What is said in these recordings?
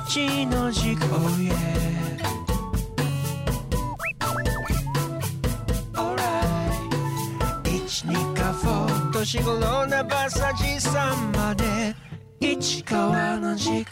一の軸 Oh yeah Alright 一二かフォー年頃なバサジさんまで市川の軸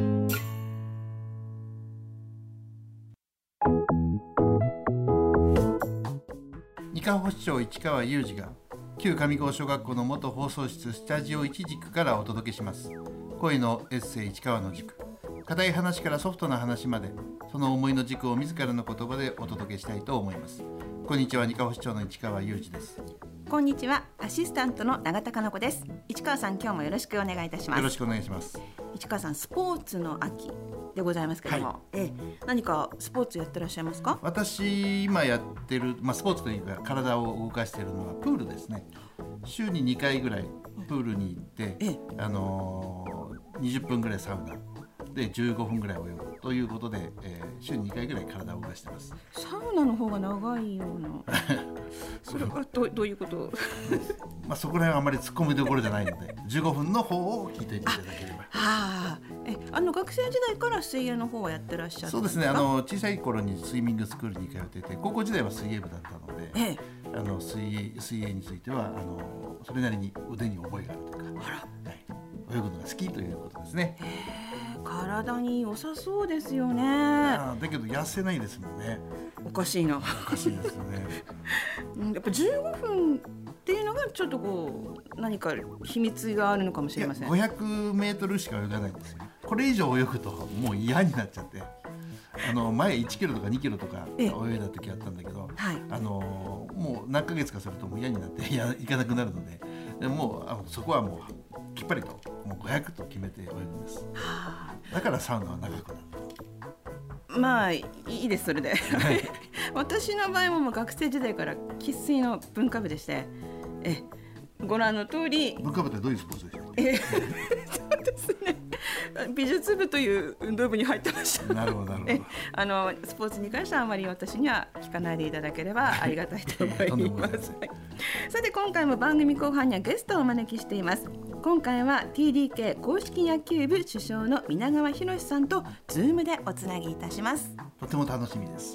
二課保市長市川裕二が旧上郷小学校の元放送室スタジオ一軸からお届けします。恋のエッセイ市川の軸、硬い話からソフトな話まで、その思いの軸を自らの言葉でお届けしたいと思います。こんにちは、二課保市長の市川裕二です。 こんにちは、アシスタントの永田香奈子です。市川さん、今日もよろしくお願いいたします。 よろしくお願いします。 市川さん、スポーツの秋でございますけども、何かスポーツやってらっしゃいますか？ 私今やってる、スポーツというか体を動かしているのはプールですね。週に2回ぐらいプールに行って、20分ぐらいサウナで15分ぐらい泳ぐということで、週に2回ぐらい体を動かしてます。 サウナの方が長いようなそれはどういうことそこら辺はあまり突っ込みどころじゃないので15分の方を聞いていただければ。 学生時代から水泳の方はやってらっしゃるんですか？ そうですね、小さい頃にスイミングスクールに通っていて、高校時代は水泳部だったので、水泳についてはそれなりに腕に覚えがあるというか、泳ぐのが好きということですね。 体に良さそうですよね。 だけど痩せないですもんね。 おかしいな。 おかしいですよねやっぱ15分っていうのがちょっとこう何か秘密があるのかもしれません。 500メートルしか泳がないんですよ。これ以上泳ぐともう嫌になっちゃって、前1キロとか2キロとか泳いだ時あったんだけど、もう何ヶ月かするともう嫌になって行かなくなるので、もうそこはもうきっぱりともう500と決めて泳ぐんです。だからサウナは長くなる。 いいです、それで私の場合も学生時代から生粋の文化部でして、ご覧の通り。 文化部ってどういうスポーツでしょう？ そうですね、美術部という運動部に入ってました。 なるほどなるほど。 スポーツに関してはあまり私には聞かないでいただければありがたいと思いますさて、今回も番組後半にはゲストをお招きしています。今回は TDK 公式野球部主将の皆川博さんとズームでおつなぎいたします。 とても楽しみです。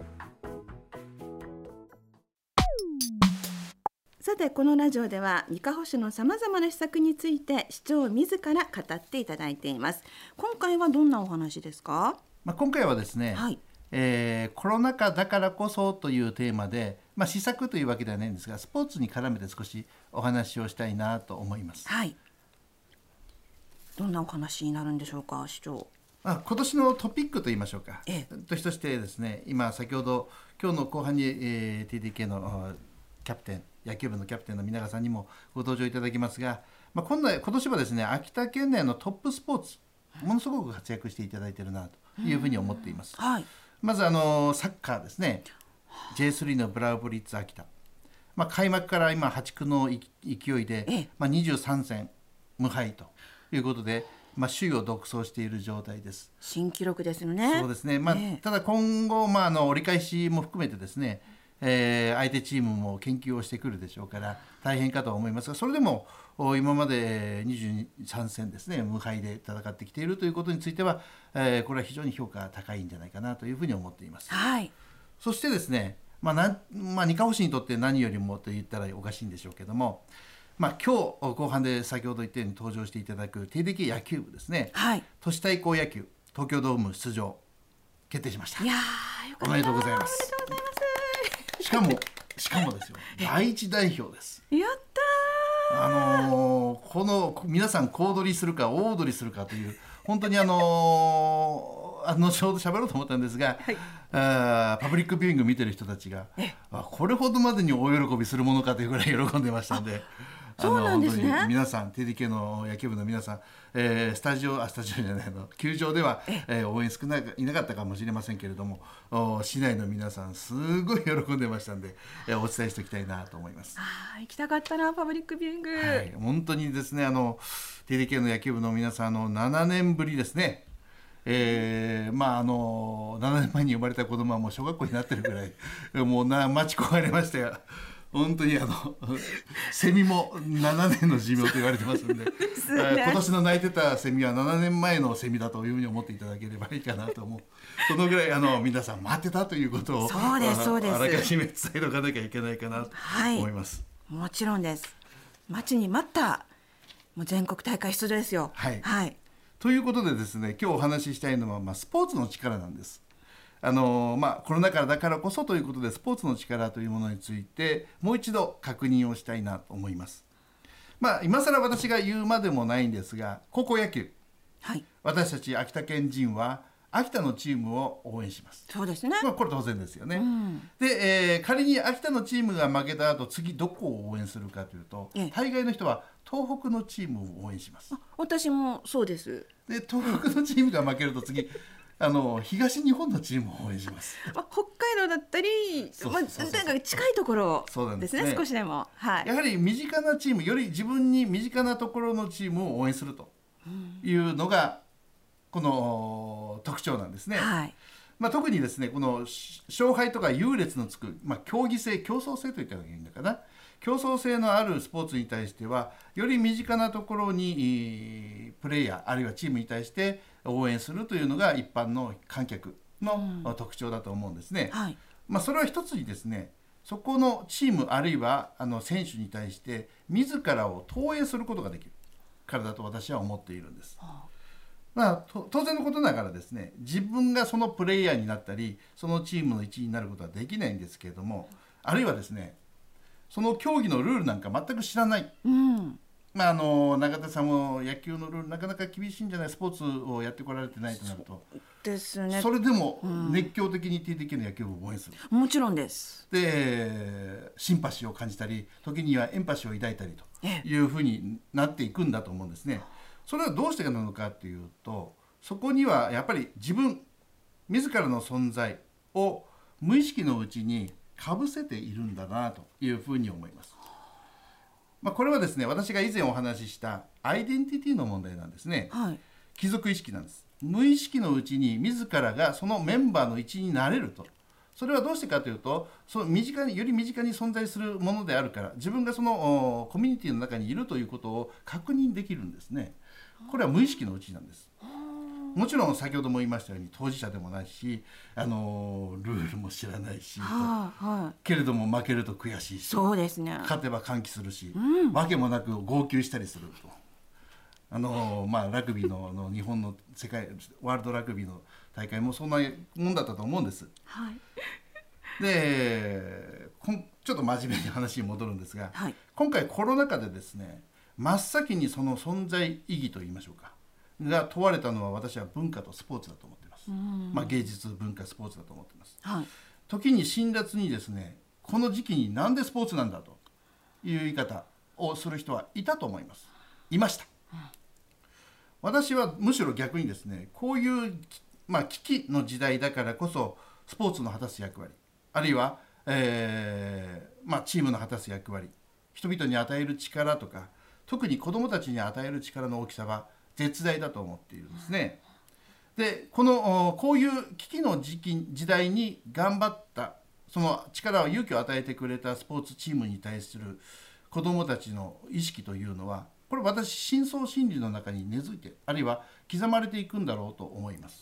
さて、このラジオでは二課保市のさまざまな施策について市長自ら語っていただいています。今回はどんなお話ですか？ 今回はですね、コロナ禍だからこそというテーマで、施策というわけではないんですが、スポーツに絡めて少しお話をしたいなと思います。 どんなお話になるんでしょうか、市長。 今年のトピックといいましょうか、としてですね、今先ほど今日の後半に、TDK のキャプテン、野球部のキャプテンの皆川さんにもご登場いただきますが、今年はですね、秋田県内のトップスポーツ、ものすごく活躍していただいているなというふうに思っています。まずサッカーですね。 J3 のブラウブリッツ秋田、開幕から今破竹の勢いで、23戦無敗ということで、首位を独走している状態です。 新記録ですよね。 そうですね、ただ今後、折り返しも含めてですね、相手チームも研究をしてくるでしょうから大変かと思いますが、それでも今まで23戦ですね、無敗で戦ってきているということについては、これは非常に評価高いんじゃないかなというふうに思っています。そしてですね、二課保市にとって何よりもと言ったらおかしいんでしょうけども、今日後半で先ほど言ったように登場していただく TDK 野球部ですね、都市対抗野球東京ドーム出場決定しました。おめでとうございます。しかもですよ、第一代表です。 やったー。 この皆さん小躍りするか大踊りするかという、本当にちょうど喋ろうと思ったんですが、パブリックビューイング見てる人たちがこれほどまでに大喜びするものかというぐらい喜んでましたので、 そうなんですね。 本当に皆さん TDK の野球部の皆さん、スタジオじゃないの球場では、応援いなかったかもしれませんけれども、市内の皆さんすごい喜んでましたんで、お伝えしておきたいなと思います。 行きたかったな、パブリックビューイング。 本当にですね、TDK の野球部の皆さん7年ぶりですね、7年前に生まれた子供はもう小学校になってるぐらいもう待ち焦がれましたよ。 本当にセミも7年の寿命と言われてますんで今年の鳴いてたセミは7年前のセミだというふうに思っていただければいいかなと思う。そのぐらい皆さん待ってたということをそうですそうです、 あらかじめ伝えておかなきゃいけないかなと思います、 はい、もちろんです。待ちに待ったもう全国大会出場ですよ。 はい、 はい、 ということでですね、今日お話ししたいのは、スポーツの力なんです。コロナ禍だからこそということでスポーツの力というものについてもう一度確認をしたいなと思います。今更私が言うまでもないんですが、高校野球、 はい、 私たち秋田県人は秋田のチームを応援します。 そうですね、 これ当然ですよね、で、仮に秋田のチームが負けた後次どこを応援するかというと、大概の人は東北のチームを応援します。 私もそうです。 で東北のチームが負けると次東日本のチームを応援します。 北海道だったり、近いところですね、少しでも、はい、 やはり身近なチーム、より自分に身近なところのチームを応援するというのがこの特徴なんですね。 はい、 特にですね、この勝敗とか優劣のつく、競技性、競争性といったらいいのかな、競争性のあるスポーツに対してはより身近なところにプレイヤーあるいはチームに対して応援するというのが一般の観客の特徴だと思うんですね。 はい、 それは一つにですね、そこのチームあるいは選手に対して自らを投影することができるからだと私は思っているんです。当然のことながらですね、自分がそのプレイヤーになったりそのチームの一員になることはできないんですけれども、あるいはですね、その競技のルールなんか全く知らない、永田さんも野球のルールなかなか厳しいんじゃない、スポーツをやってこられてないとなると。 ですね、 それでも熱狂的に TDK の野球部を応援する、 もちろんです。 でシンパシーを感じたり時にはエンパシーを抱いたりというふうになっていくんだと思うんですね。それはどうしてなのかというと、そこにはやっぱり自らの存在を無意識のうちにかぶせているんだなというふうに思います。これはですね、私が以前お話ししたアイデンティティの問題なんですね。 はい、 帰属意識なんです。無意識のうちに自らがそのメンバーの一員になれると。それはどうしてかというと、より身近に存在するものであるから、自分がそのコミュニティの中にいるということを確認できるんですね。これは無意識のうちなんです。もちろん先ほども言いましたように当事者でもないし、ルールも知らないし、けれども負けると悔しいし、 そうですね、 勝てば歓喜するし、わけもなく号泣したりすると。ラグビーの日本のワールドラグビーの大会もそんなもんだったと思うんです。 はい、 でちょっと真面目に話に戻るんですが、 はい、 今回コロナ禍でですね、真っ先にその存在意義といいましょうかが問われたのは、私は文化とスポーツだと思っています。芸術、文化、スポーツだと思っています。 はい、 時に辛辣にですね、この時期になんでスポーツなんだという言い方をする人はいたと思います。いました。私はむしろ逆にですね、こういう危機の時代だからこそスポーツの果たす役割、あるいは、チームの果たす役割、人々に与える力とか、特に子どもたちに与える力の大きさは絶大だと思っているんですね。でこういう危機の時代に頑張った、その力を勇気を与えてくれたスポーツチームに対する子どもたちの意識というのは、これ私深層心理の中に根付いて、あるいは刻まれていくんだろうと思います。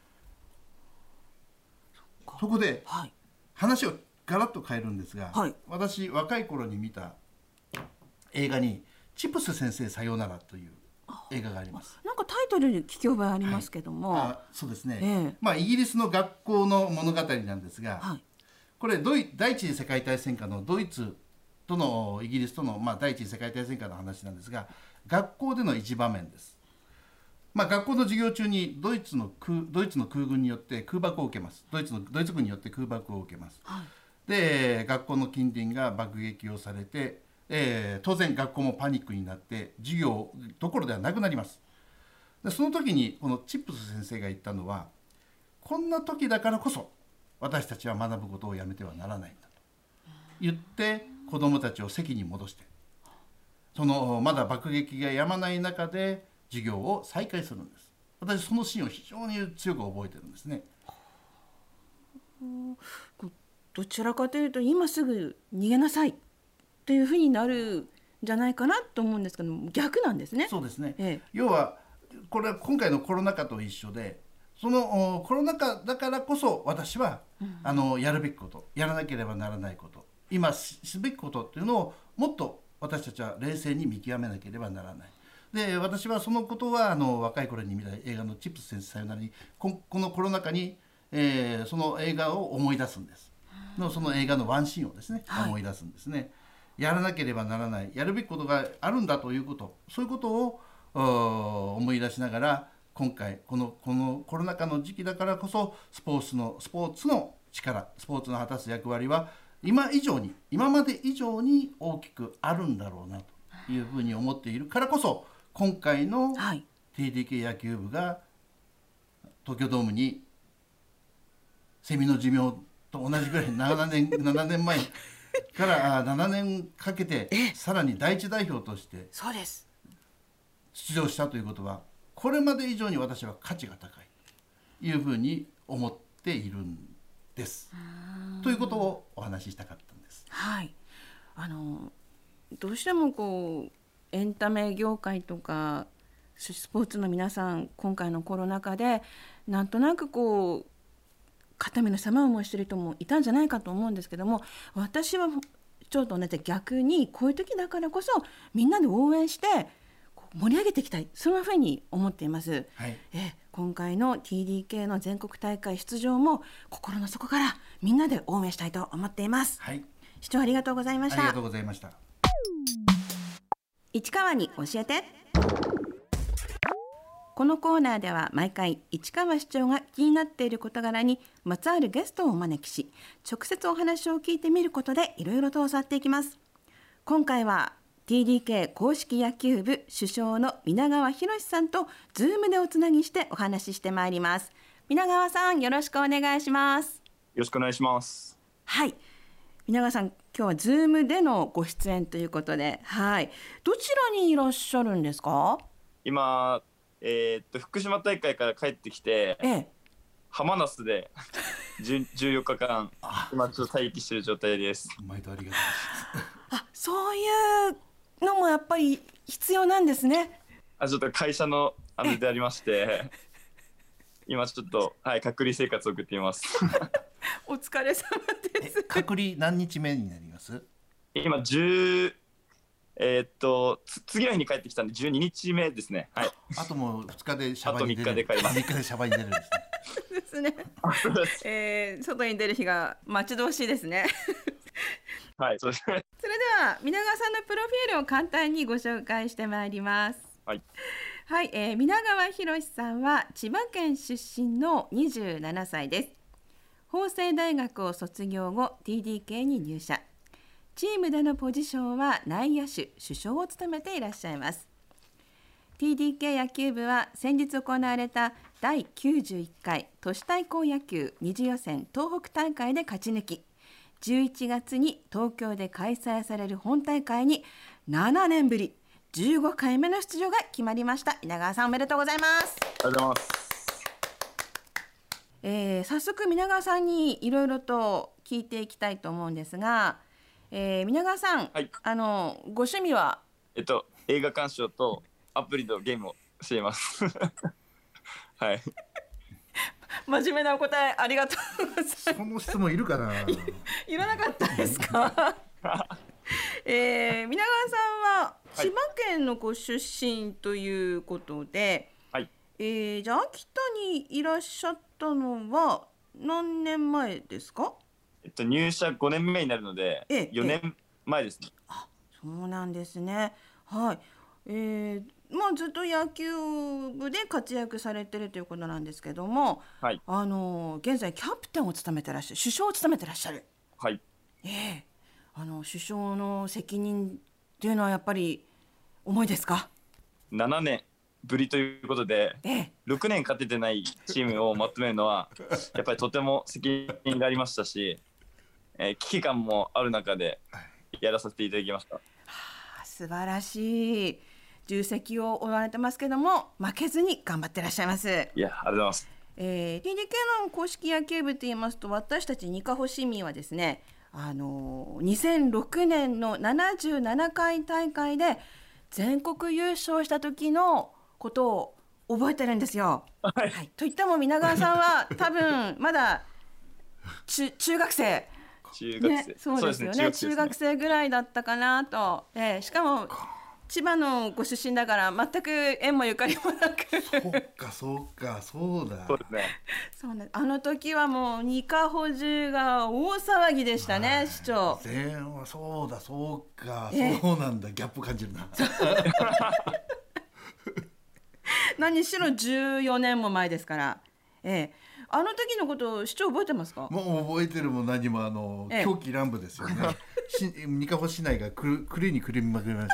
そこで、 はい、 話をガラッと変えるんですが、 はい、 私若い頃に見た映画にチップス先生さようならという映画があります。 なんかタイトルに聞き覚えありますけども、 そうですね、イギリスの学校の物語なんですが、 はい、 これ第一次世界大戦下のドイツとのイギリスとの、第一次世界大戦下の話なんですが、学校での一場面です。学校の授業中にドイツの空軍によって空爆を受けます。ドイツ軍によって空爆を受けます。 はい、 で学校の近隣が爆撃をされて、当然学校もパニックになって授業どころではなくなります。でその時にこのチップス先生が言ったのは、こんな時だからこそ私たちは学ぶことをやめてはならないんだと言って子どもたちを席に戻して、そのまだ爆撃が止まない中で授業を再開するんです。私そのシーンを非常に強く覚えてるんですね。 どちらかというと今すぐ逃げなさいっていうふうになるんじゃないかなと思うんですけども、逆なんですね。 そうですね、要はこれは今回のコロナ禍と一緒で、そのコロナ禍だからこそ私は、やるべきこと、やらなければならないこと、今すべきことっていうのをもっと私たちは冷静に見極めなければならない。で、私はそのことは若い頃に見た映画のチップス先生さよならにこのコロナ禍に、その映画を思い出すんです。その映画のワンシーンをですね、思い出すんですね。やらなければならない、やるべきことがあるんだということ、そういうことを思い出しながら、今回このコロナ禍の時期だからこそスポーツの力、スポーツの果たす役割は今まで以上に大きくあるんだろうなというふうに思っているからこそ、今回の TDK 野球部が東京ドームにセミの寿命と同じぐらい7年前から7年かけてさらに第一代表として出場したということは、これまで以上に私は価値が高いというふうに思っているんですということをお話ししたかったんです。 はい、どうしてもエンタメ業界とかスポーツの皆さん、今回のコロナ禍でなんとなく肩身の狭い思いしている人もいたんじゃないかと思うんですけども、私はちょっと同じで、逆にこういう時だからこそみんなで応援して盛り上げていきたい、そんなふうに思っています。今回の TDK の全国大会出場も心の底からみんなで応援したいと思っています。視聴ありがとうございました。 ありがとうございました。 市川に教えて。このコーナーでは毎回市川市長が気になっている事柄にまつわるゲストをお招きし、直接お話を聞いてみることでいろいろと教わっていきます。今回は TDK 公式野球部主将の皆川博さんとズームでおつなぎしてお話ししてまいります。皆川さん、よろしくお願いします。 よろしくお願いします。 はい、皆川さん、今日はズームでのご出演ということで、どちらにいらっしゃるんですか？ 今、福島大会から帰ってきて、浜那須で14日間今ちょっと待機している状態です。 毎度ありがとうございます。 そういうのもやっぱり必要なんですね。 ちょっと会社のでありまして今ちょっと、隔離生活を送っていますお疲れ様です。 隔離何日目になります？ 今次の日に帰ってきたんで12日目ですね。あともう2日でシャバに出る。 あと3日で帰ります。 3日でシャバに出るんですね。 ですね。外に出る日が待ち遠しいですね。 そうですね。 それでは皆川さんのプロフィールを簡単にご紹介してまいります。皆川博さんは千葉県出身の27歳です。法政大学を卒業後 TDK に入社。チームでのポジションは内野手、主将を務めていらっしゃいます。 TDK 野球部は先日行われた第91回都市対抗野球二次予選東北大会で勝ち抜き、11月に東京で開催される本大会に7年ぶり15回目の出場が決まりました。稲川さん、おめでとうございます。 ありがとうございます。 早速皆川さんにいろいろと聞いていきたいと思うんですが、皆川さん、ご趣味は？ 映画鑑賞とアプリのゲームをしています真面目なお答えありがとうございます。 その質問いるかないらなかったですか？皆川さんは千葉県のご出身ということで、じゃあ秋田にいらっしゃったのは何年前ですか？ 入社5年目になるので、4年前ですね。 そうなんですね。ずっと野球部で活躍されているということなんですけども、現在キャプテンを務めてらっしゃる、主将を務めてらっしゃる。主将の責任っていうのはやっぱり重いですか ？7年ぶりということで、6年勝ててないチームをまとめるのはやっぱりとても責任がありましたし、危機感もある中でやらさせていただきました。 素晴らしい。重責を負われてますけども負けずに頑張ってらっしゃいます。 ありがとうございます。 TDK の公式野球部といいますと、私たちにかほ市民はですね、 2006年の77回大会で全国優勝した時のことを覚えてるんですよ。 はいはい、といっても皆川さんは多分まだ中学生、ね、そうですよね、中学生ぐらいだったかなと、しかも千葉のご出身だから全く縁もゆかりもなくそうだそうですね。 そうね、あの時はもう二カ保中が大騒ぎでしたね、はい、市長全はそうなんだ、ギャップ感じるな何しろ14年も前ですから、あの時のことを市長覚えてますか？ もう覚えてるも何も狂気乱舞ですよね二カ保市内が狂いに狂いまくりま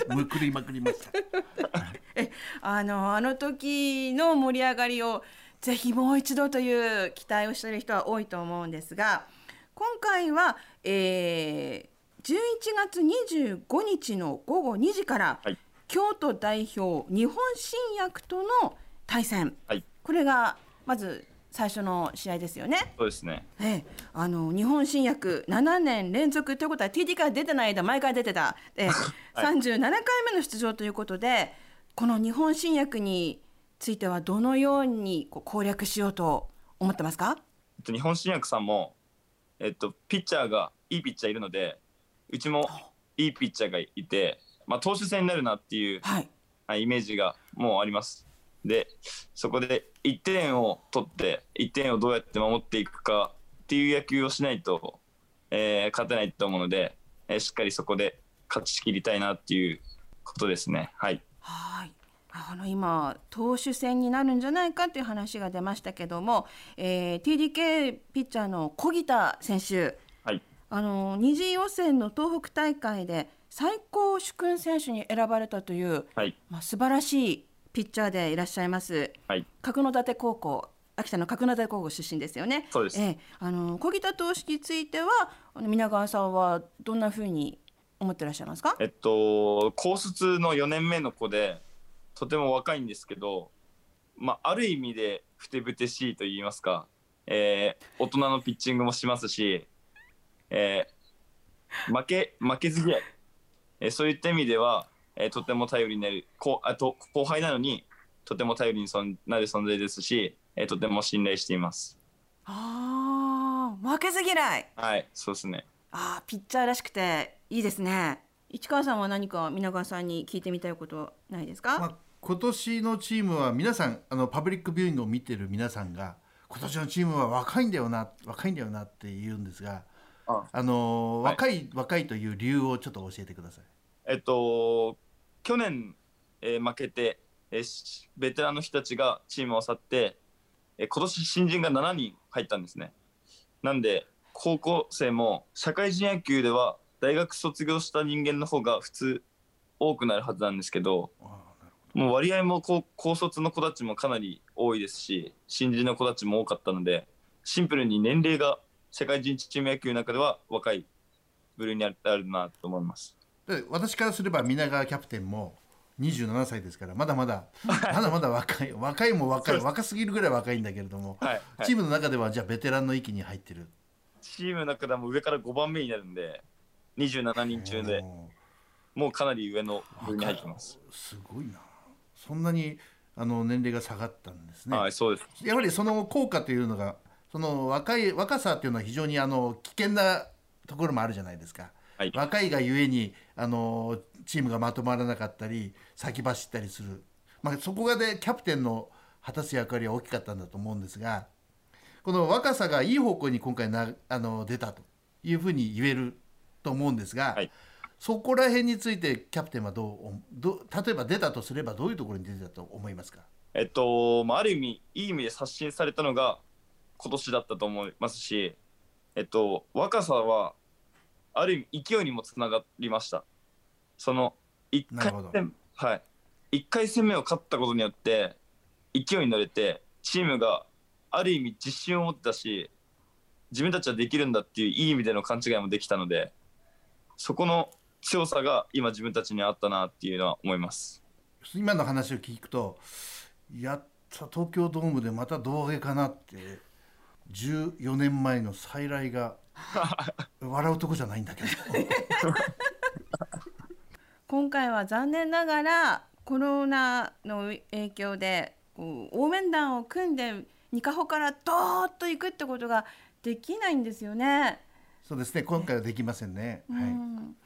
したあの時の盛り上がりをぜひもう一度という期待をしている人は多いと思うんですが、今回は、11月25日の午後2時から、はい、京都代表日本新薬との対戦、はい、これがまず最初の試合ですよね。 そうですね。 日本新薬7年連続ということは TD から出てない間毎回出てた、はい、37回目の出場ということで、この日本新薬についてはどのように攻略しようと思ってますか？ 日本新薬さんも、ピッチャーがいいピッチャーいるので、うちもいいピッチャーがいて、投手戦になるなっていう、はい、イメージがもうあります。でそこで1点を取って1点をどうやって守っていくかっていう野球をしないと、勝てないと思うので、しっかりそこで勝ち切りたいなっていうことですね。はい、 今投手戦になるんじゃないかっていう話が出ましたけども、TDK ピッチャーの小木田選手、はい、二次予選の東北大会で最高主勲選手に選ばれたという、はい、素晴らしいピッチャーでいらっしゃいます、はい、角館高校、秋田の角館高校出身ですよね。 そうです。 小木田投手については皆川さんはどんなふうに思ってらっしゃいますか？ 高卒の4年目の子でとても若いんですけど、ある意味でふてぶてしいと言いますか、大人のピッチングもしますし、負けず嫌い、そういった意味ではとても頼りになる後輩なのにとても頼りになる存在ですし、とても信頼しています。 負けず嫌い。 はい、そうですね。 ピッチャーらしくていいですね。市川さんは何か皆川さんに聞いてみたいことないですか？ 今年のチームは皆さんパブリックビューイングを見てる皆さんが今年のチームは若いんだよなって言うんですが、若いという理由をちょっと教えてください。 去年、負けて、ベテランの人たちがチームを去って、今年新人が7人入ったんですね。なんで高校生も社会人野球では大学卒業した人間の方が普通多くなるはずなんですけど、もう割合も高卒の子たちもかなり多いですし、新人の子たちも多かったので、シンプルに年齢が社会人チーム野球の中では若い部類にあるなと思います。 私からすれば皆川キャプテンも27歳ですからまだまだ若いも若すぎるぐらい若いんだけれども、はいはい、チームの中ではじゃあベテランの域に入ってる。 チームの中ではもう上から5番目になるんで27人中でもうかなり上の部に入ってます。 すごいな。そんなに年齢が下がったんですね。 はい、そうです。 やはりその効果というのがその若さというのは非常に危険なところもあるじゃないですか。はい、若いがゆえにチームがまとまらなかったり先走ったりする、そこがでキャプテンの果たす役割は大きかったんだと思うんですが、この若さがいい方向に今回出たというふうに言えると思うんですが、はい、そこら辺についてキャプテンは例えば出たとすればどういうところに出てたと思いますか？ ある意味いい意味で刷新されたのが今年だったと思いますし、若さはある意味勢いにもつながりました。その1回戦目を勝ったことによって勢いに乗れてチームがある意味自信を持ったし、自分たちはできるんだっていういい意味での勘違いもできたので、そこの強さが今自分たちにあったなっていうのは思います。 今の話を聞くとやった東京ドームでまた胴上げかなって14年前の再来が笑うとこじゃないんだけど今回は残念ながらコロナの影響で応援団を組んでにかほからドーッと行くってことができないんですよね。 そうですね、今回はできませんね、はい、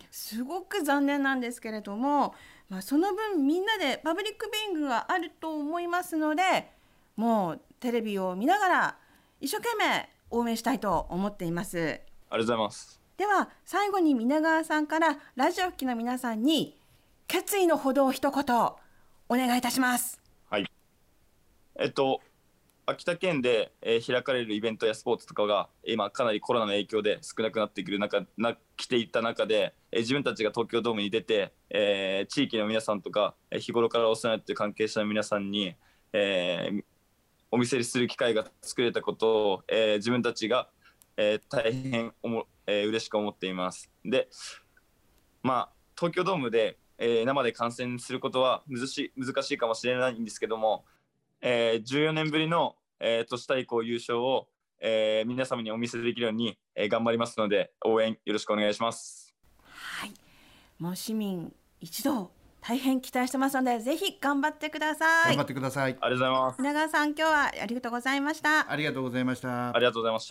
すごく残念なんですけれども、その分みんなでパブリックビューイングがあると思いますので、もうテレビを見ながら一生懸命応援したいと思っています。 ありがとうございます。 では最後に皆川さんからラジオ聴きの皆さんに決意のほどを一言お願いいたします。 はい、秋田県で、開かれるイベントやスポーツとかが今かなりコロナの影響で少なくなってきていた中で、自分たちが東京ドームに出て、地域の皆さんとか日頃からお世話になっている関係者の皆さんに、お見せする機会が作れたことを、自分たちが、大変嬉しく思っています。で、東京ドームで、生で観戦することは難しいかもしれないんですけども、14年ぶりの、都市対抗優勝を、皆様にお見せできるように、頑張りますので応援よろしくお願いします。 はい、もう市民一同大変期待してますのでぜひ頑張ってください。 頑張ってください。 ありがとうございます。 皆川さん今日はありがとうございました。 ありがとうございました。 ありがとうございました。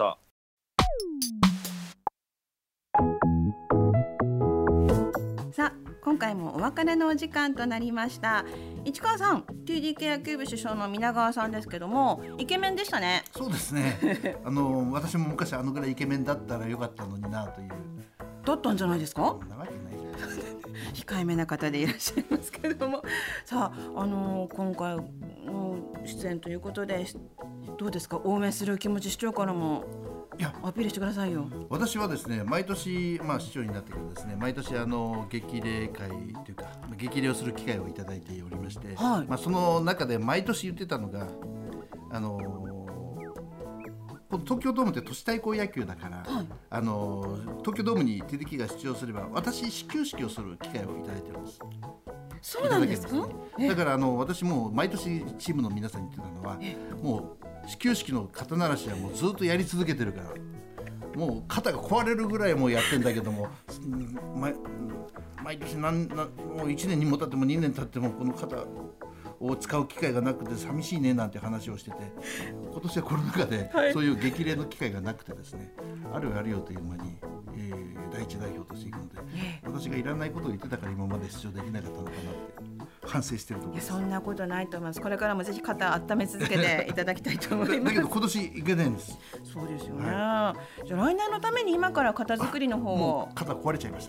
さあ今回もお別れのお時間となりました。市川さん TDK 野球部主将の皆川さんですけどもイケメンでしたね。 そうですね私も昔ぐらいイケメンだったらよかったのになという。 だったんじゃないですか。 そんなわけないじゃないですか控えめな方でいらっしゃいますけれどもさあ、今回の出演ということでどうですか。応援する気持ち市長からもアピールしてくださいよ。 私はですね毎年、市長になってからですね毎年激励会というか激励をする機会をいただいておりまして、 はい、 その中で毎年言ってたのが東京ドームって都市対抗野球だから、はい、東京ドームに TDK が出場すれば私始球式をする機会をいただいているんです。 そうなんですか。 だから私も毎年チームの皆さんに言ってたのはもう始球式の肩慣らしはもうずっとやり続けてるからもう肩が壊れるぐらいもうやってんだけども毎年もう1年にも経っても2年経ってもこの肩を使う機会がなくて寂しいねなんて話をしてて今年はコロナ禍でそういう激励の機会がなくてですね、あるよという間に、第一代表としていくので私がいらないことを言ってたから今まで出場できなかったのかなって反省してるところです。 そんなことないと思います。これからもぜひ肩温め続けていただきたいと思いますだけど今年いけないんです。 そうですよね、じゃあ来年のために今から肩作りの方をもう肩壊れちゃいました、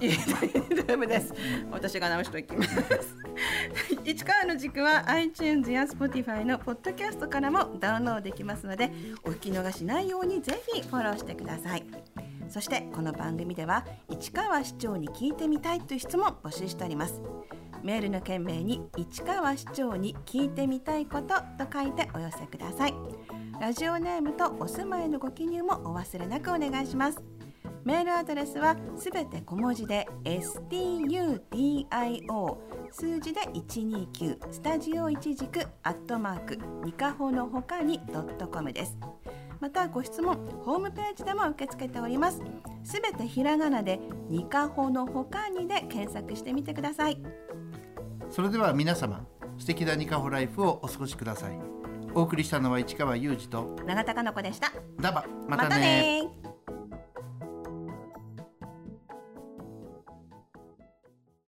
ダメです。私が直しておきます市川の軸は iTunes や Spotify のポッドキャストからもダウンロードできますのでお聞き逃しないようにぜひフォローしてください。そしてこの番組では市川市長に聞いてみたいという質問募集しております。メールの件名に市川市長に聞いてみたいことと書いてお寄せください。ラジオネームとお住まいのご記入もお忘れなくお願いします。メールアドレスはすべて小文字で studio 数字で129スタジオ一軸にかほのほかに .com です。またご質問ホームページでも受け付けております。すべてひらがなでにかほのほかにで検索してみてください。 それでは皆様素敵なにかほライフをお過ごしください。お送りしたのは市川裕二と永田香奈子でした。 またね。